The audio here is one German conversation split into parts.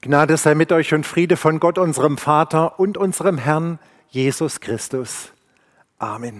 Gnade sei mit euch und Friede von Gott, unserem Vater und unserem Herrn Jesus Christus. Amen.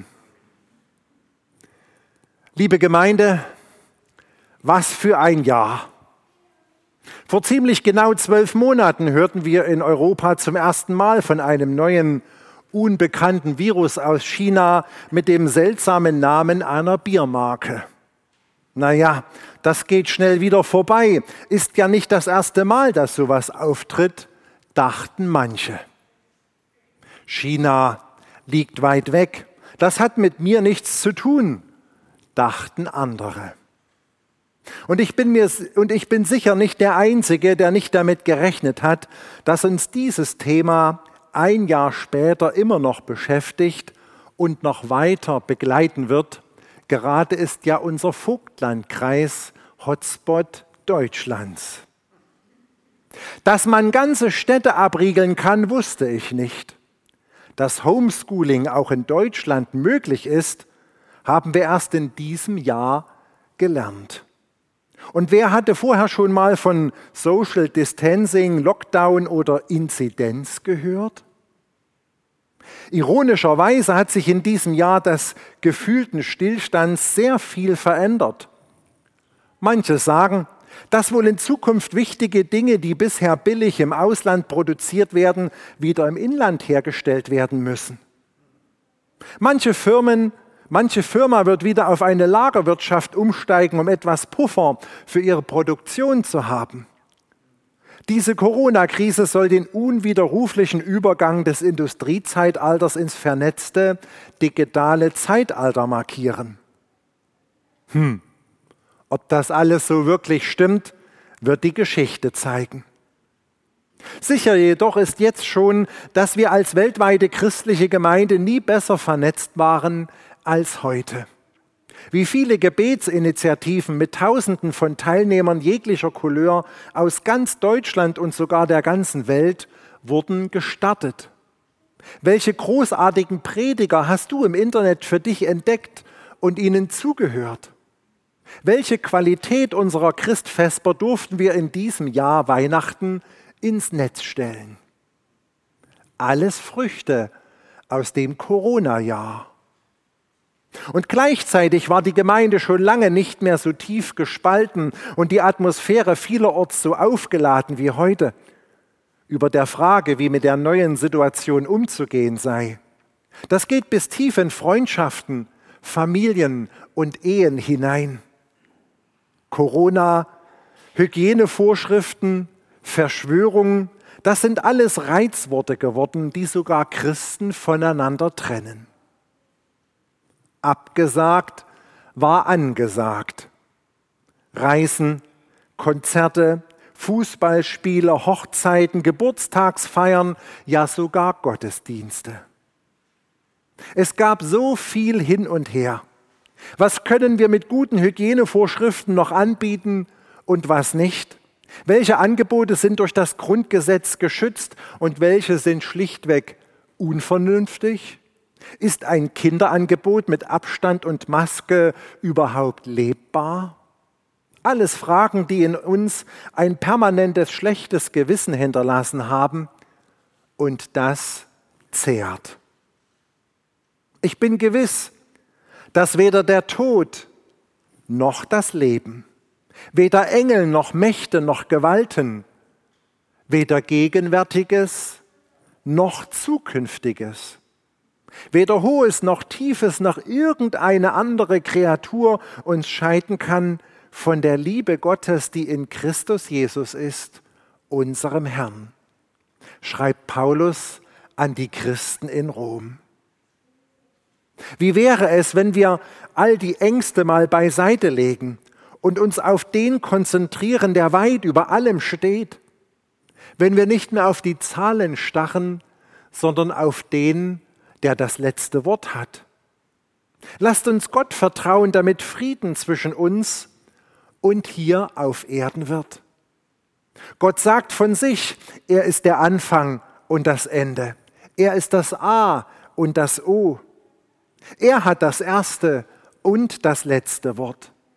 Liebe Gemeinde, was für ein Jahr! Vor ziemlich genau 12 Monaten hörten wir in Europa zum ersten Mal von einem neuen, unbekannten Virus aus China mit dem seltsamen Namen einer Biermarke. Naja, das geht schnell wieder vorbei. Ist ja nicht das erste Mal, dass sowas auftritt, dachten manche. China liegt weit weg. Das hat mit mir nichts zu tun, dachten andere. Und ich bin sicher nicht der Einzige, der nicht damit gerechnet hat, dass uns dieses Thema ein Jahr später immer noch beschäftigt und noch weiter begleiten wird. Gerade ist ja unser Vogtlandkreis Hotspot Deutschlands. Dass man ganze Städte abriegeln kann, wusste ich nicht. Dass Homeschooling auch in Deutschland möglich ist, haben wir erst in diesem Jahr gelernt. Und wer hatte vorher schon mal von Social Distancing, Lockdown oder Inzidenz gehört? Ironischerweise hat sich in diesem Jahr des gefühlten Stillstands sehr viel verändert. Manche sagen, dass wohl in Zukunft wichtige Dinge, die bisher billig im Ausland produziert werden, wieder im Inland hergestellt werden müssen. Manche Firma wird wieder auf eine Lagerwirtschaft umsteigen, um etwas Puffer für ihre Produktion zu haben. Diese Corona-Krise soll den unwiderruflichen Übergang des Industriezeitalters ins vernetzte, digitale Zeitalter markieren. Ob das alles so wirklich stimmt, wird die Geschichte zeigen. Sicher jedoch ist jetzt schon, dass wir als weltweite christliche Gemeinde nie besser vernetzt waren als heute. Wie viele Gebetsinitiativen mit Tausenden von Teilnehmern jeglicher Couleur aus ganz Deutschland und sogar der ganzen Welt wurden gestartet. Welche großartigen Prediger hast du im Internet für dich entdeckt und ihnen zugehört? Welche Qualität unserer Christvesper durften wir in diesem Jahr Weihnachten ins Netz stellen? Alles Früchte aus dem Corona-Jahr. Und gleichzeitig war die Gemeinde schon lange nicht mehr so tief gespalten und die Atmosphäre vielerorts so aufgeladen wie heute über der Frage, wie mit der neuen Situation umzugehen sei. Das geht bis tief in Freundschaften, Familien und Ehen hinein. Corona, Hygienevorschriften, Verschwörungen, das sind alles Reizworte geworden, die sogar Christen voneinander trennen. Abgesagt war angesagt. Reisen, Konzerte, Fußballspiele, Hochzeiten, Geburtstagsfeiern, ja sogar Gottesdienste. Es gab so viel hin und her. Was können wir mit guten Hygienevorschriften noch anbieten und was nicht? Welche Angebote sind durch das Grundgesetz geschützt und welche sind schlichtweg unvernünftig? Ist ein Kinderangebot mit Abstand und Maske überhaupt lebbar? Alles Fragen, die in uns ein permanentes schlechtes Gewissen hinterlassen haben, und das zehrt. Ich bin gewiss, dass weder der Tod noch das Leben, weder Engel noch Mächte noch Gewalten, weder Gegenwärtiges noch Zukünftiges, weder Hohes noch Tiefes noch irgendeine andere Kreatur uns scheiden kann von der Liebe Gottes, die in Christus Jesus ist, unserem Herrn, schreibt Paulus an die Christen in Rom. Wie wäre es, wenn wir all die Ängste mal beiseite legen und uns auf den konzentrieren, der weit über allem steht? Wenn wir nicht mehr auf die Zahlen starren, sondern auf den, der das letzte Wort hat. Lasst uns Gott vertrauen, damit Frieden zwischen uns und hier auf Erden wird. Gott sagt von sich, er ist der Anfang und das Ende. Er ist das A und das O. Er hat das erste und das letzte Wort.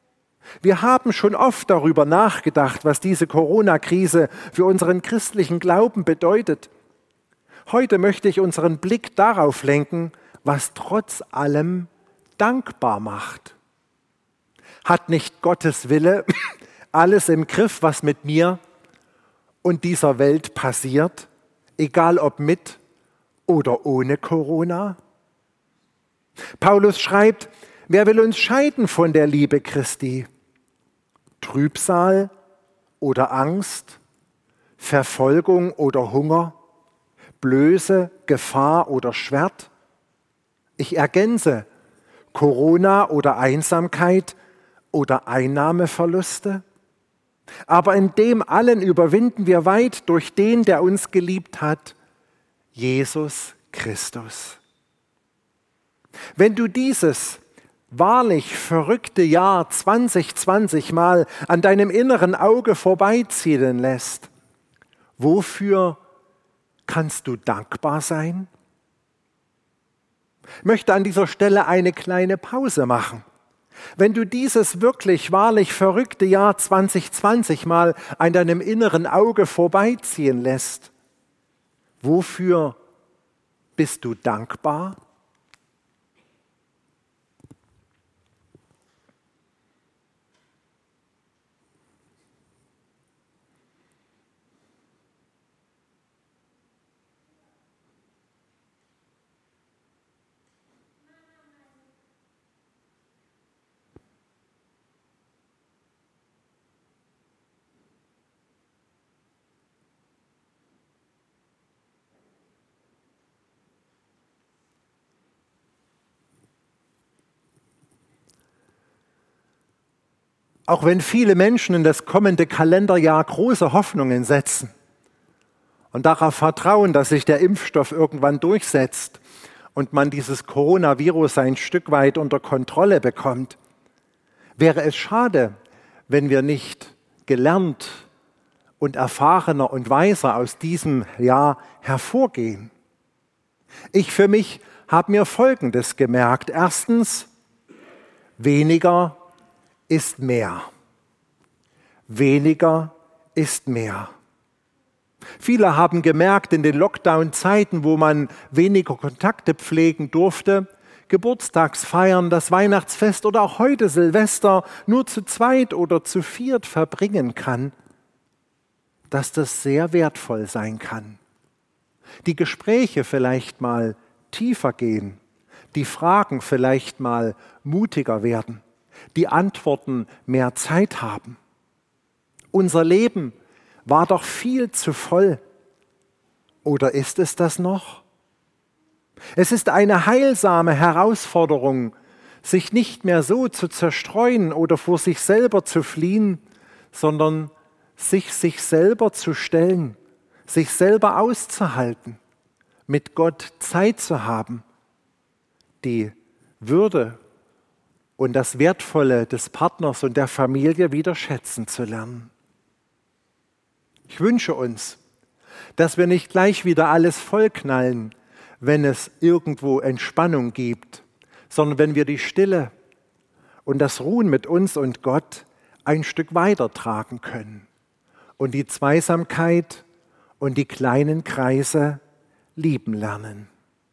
Wir haben schon oft darüber nachgedacht, was diese Corona-Krise für unseren christlichen Glauben bedeutet. Heute möchte ich unseren Blick darauf lenken, was trotz allem dankbar macht. Hat nicht Gottes Wille alles im Griff, was mit mir und dieser Welt passiert, egal ob mit oder ohne Corona? Paulus schreibt, wer will uns scheiden von der Liebe Christi? Trübsal oder Angst, Verfolgung oder Hunger, Blöße, Gefahr oder Schwert? Ich ergänze, Corona oder Einsamkeit oder Einnahmeverluste? Aber in dem allen überwinden wir weit durch den, der uns geliebt hat, Jesus Christus. Wenn du dieses wahrlich verrückte Jahr 2020 mal an deinem inneren Auge vorbeiziehen lässt, wofür kannst du dankbar sein? Ich möchte an dieser Stelle eine kleine Pause machen. Wenn du dieses wirklich wahrlich verrückte Jahr 2020 mal an deinem inneren Auge vorbeiziehen lässt, wofür bist du dankbar? Auch wenn viele Menschen in das kommende Kalenderjahr große Hoffnungen setzen und darauf vertrauen, dass sich der Impfstoff irgendwann durchsetzt und man dieses Coronavirus ein Stück weit unter Kontrolle bekommt, wäre es schade, wenn wir nicht gelernt und erfahrener und weiser aus diesem Jahr hervorgehen. Ich für mich habe mir Folgendes gemerkt. Erstens, weniger ist mehr. Weniger ist mehr. Viele haben gemerkt, in den Lockdown-Zeiten, wo man weniger Kontakte pflegen durfte, Geburtstagsfeiern, das Weihnachtsfest oder auch heute Silvester nur zu zweit oder zu viert verbringen kann, dass das sehr wertvoll sein kann. Die Gespräche vielleicht mal tiefer gehen, die Fragen vielleicht mal mutiger werden, die Antworten mehr Zeit haben. Unser Leben war doch viel zu voll. Oder ist es das noch? Es ist eine heilsame Herausforderung, sich nicht mehr so zu zerstreuen oder vor sich selber zu fliehen, sondern sich selber zu stellen, sich selber auszuhalten, mit Gott Zeit zu haben, die Würde und das Wertvolle des Partners und der Familie wieder schätzen zu lernen. Ich wünsche uns, dass wir nicht gleich wieder alles vollknallen, wenn es irgendwo Entspannung gibt, sondern wenn wir die Stille und das Ruhen mit uns und Gott ein Stück weitertragen können und die Zweisamkeit und die kleinen Kreise lieben lernen.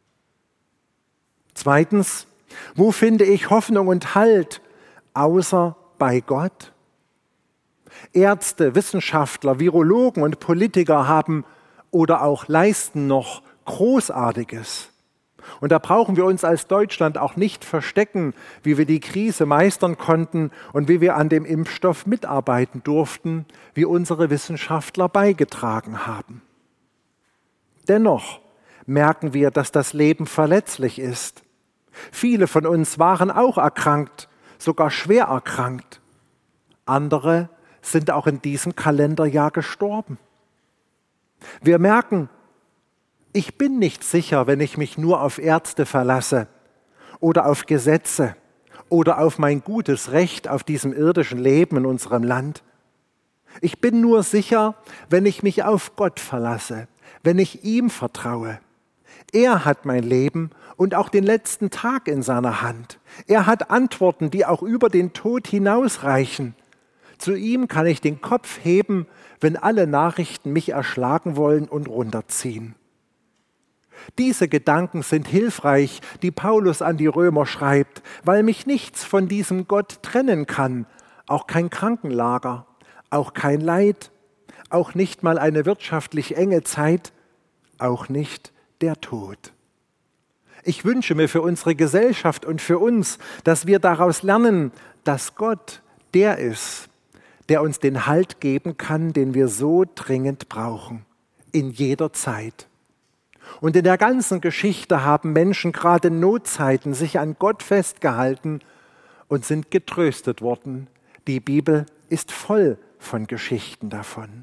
Zweitens, wo finde ich Hoffnung und Halt, außer bei Gott? Ärzte, Wissenschaftler, Virologen und Politiker haben oder auch leisten noch Großartiges. Und da brauchen wir uns als Deutschland auch nicht verstecken, wie wir die Krise meistern konnten und wie wir an dem Impfstoff mitarbeiten durften, wie unsere Wissenschaftler beigetragen haben. Dennoch merken wir, dass das Leben verletzlich ist. Viele von uns waren auch erkrankt, sogar schwer erkrankt. Andere sind auch in diesem Kalenderjahr gestorben. Wir merken, ich bin nicht sicher, wenn ich mich nur auf Ärzte verlasse oder auf Gesetze oder auf mein gutes Recht auf diesem irdischen Leben in unserem Land. Ich bin nur sicher, wenn ich mich auf Gott verlasse, wenn ich ihm vertraue, Er hat mein Leben und auch den letzten Tag in seiner Hand. Er hat Antworten, die auch über den Tod hinausreichen. Zu ihm kann ich den Kopf heben, wenn alle Nachrichten mich erschlagen wollen und runterziehen. Diese Gedanken sind hilfreich, die Paulus an die Römer schreibt, weil mich nichts von diesem Gott trennen kann, auch kein Krankenlager, auch kein Leid, auch nicht mal eine wirtschaftlich enge Zeit, auch nicht der Tod. Ich wünsche mir für unsere Gesellschaft und für uns, dass wir daraus lernen, dass Gott der ist, der uns den Halt geben kann, den wir so dringend brauchen, in jeder Zeit. Und in der ganzen Geschichte haben Menschen gerade in Notzeiten sich an Gott festgehalten und sind getröstet worden. Die Bibel ist voll von Geschichten davon.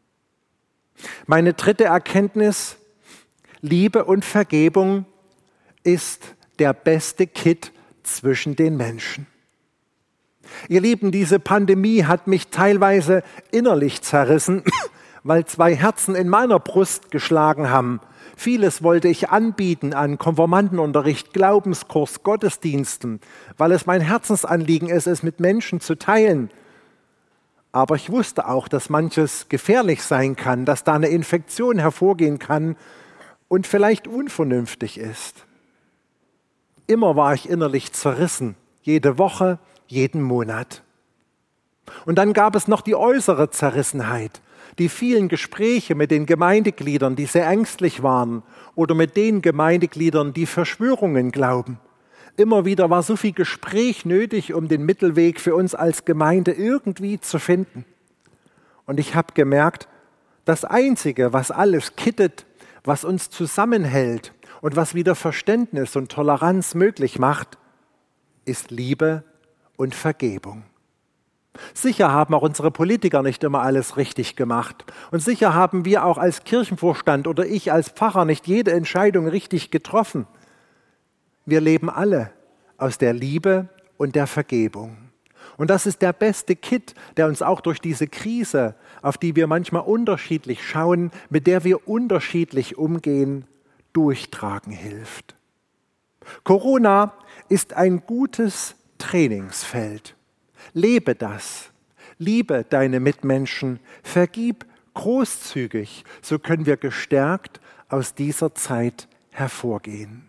Meine dritte Erkenntnis: Liebe und Vergebung ist der beste Kitt zwischen den Menschen. Ihr Lieben, diese Pandemie hat mich teilweise innerlich zerrissen, weil zwei Herzen in meiner Brust geschlagen haben. Vieles wollte ich anbieten an Konfirmandenunterricht, Glaubenskurs, Gottesdiensten, weil es mein Herzensanliegen ist, es mit Menschen zu teilen. Aber ich wusste auch, dass manches gefährlich sein kann, dass da eine Infektion hervorgehen kann und vielleicht unvernünftig ist. Immer war ich innerlich zerrissen, jede Woche, jeden Monat. Und dann gab es noch die äußere Zerrissenheit, die vielen Gespräche mit den Gemeindegliedern, die sehr ängstlich waren, oder mit den Gemeindegliedern, die Verschwörungen glauben. Immer wieder war so viel Gespräch nötig, um den Mittelweg für uns als Gemeinde irgendwie zu finden. Und ich habe gemerkt, das Einzige, was alles kittet, was uns zusammenhält und was wieder Verständnis und Toleranz möglich macht, ist Liebe und Vergebung. Sicher haben auch unsere Politiker nicht immer alles richtig gemacht. Und sicher haben wir auch als Kirchenvorstand oder ich als Pfarrer nicht jede Entscheidung richtig getroffen. Wir leben alle aus der Liebe und der Vergebung. Und das ist der beste Kitt, der uns auch durch diese Krise, auf die wir manchmal unterschiedlich schauen, mit der wir unterschiedlich umgehen, durchtragen hilft. Corona ist ein gutes Trainingsfeld. Lebe das. Liebe deine Mitmenschen. Vergib großzügig. So können wir gestärkt aus dieser Zeit hervorgehen.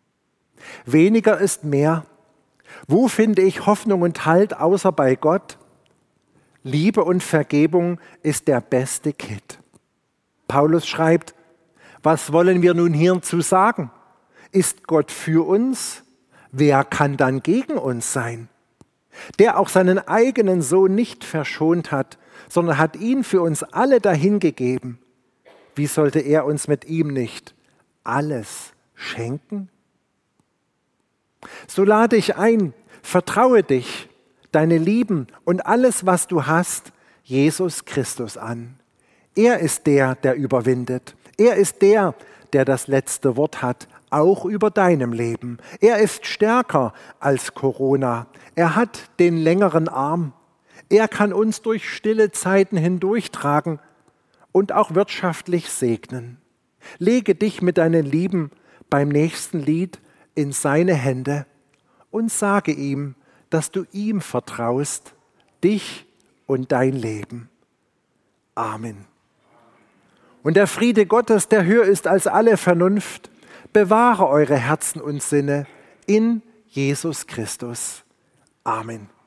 Weniger ist mehr. Wo finde ich Hoffnung und Halt außer bei Gott? Liebe und Vergebung ist der beste Kitt. Paulus schreibt: Was wollen wir nun hierzu sagen? Ist Gott für uns? Wer kann dann gegen uns sein? Der auch seinen eigenen Sohn nicht verschont hat, sondern hat ihn für uns alle dahingegeben. Wie sollte er uns mit ihm nicht alles schenken? So lade ich ein, vertraue dich, deine Lieben und alles, was du hast, Jesus Christus an. Er ist der, der überwindet. Er ist der, der das letzte Wort hat, auch über deinem Leben. Er ist stärker als Corona. Er hat den längeren Arm. Er kann uns durch stille Zeiten hindurchtragen und auch wirtschaftlich segnen. Lege dich mit deinen Lieben beim nächsten Lied in seine Hände und sage ihm, dass du ihm vertraust, dich und dein Leben. Amen. Und der Friede Gottes, der höher ist als alle Vernunft, bewahre eure Herzen und Sinne in Jesus Christus. Amen.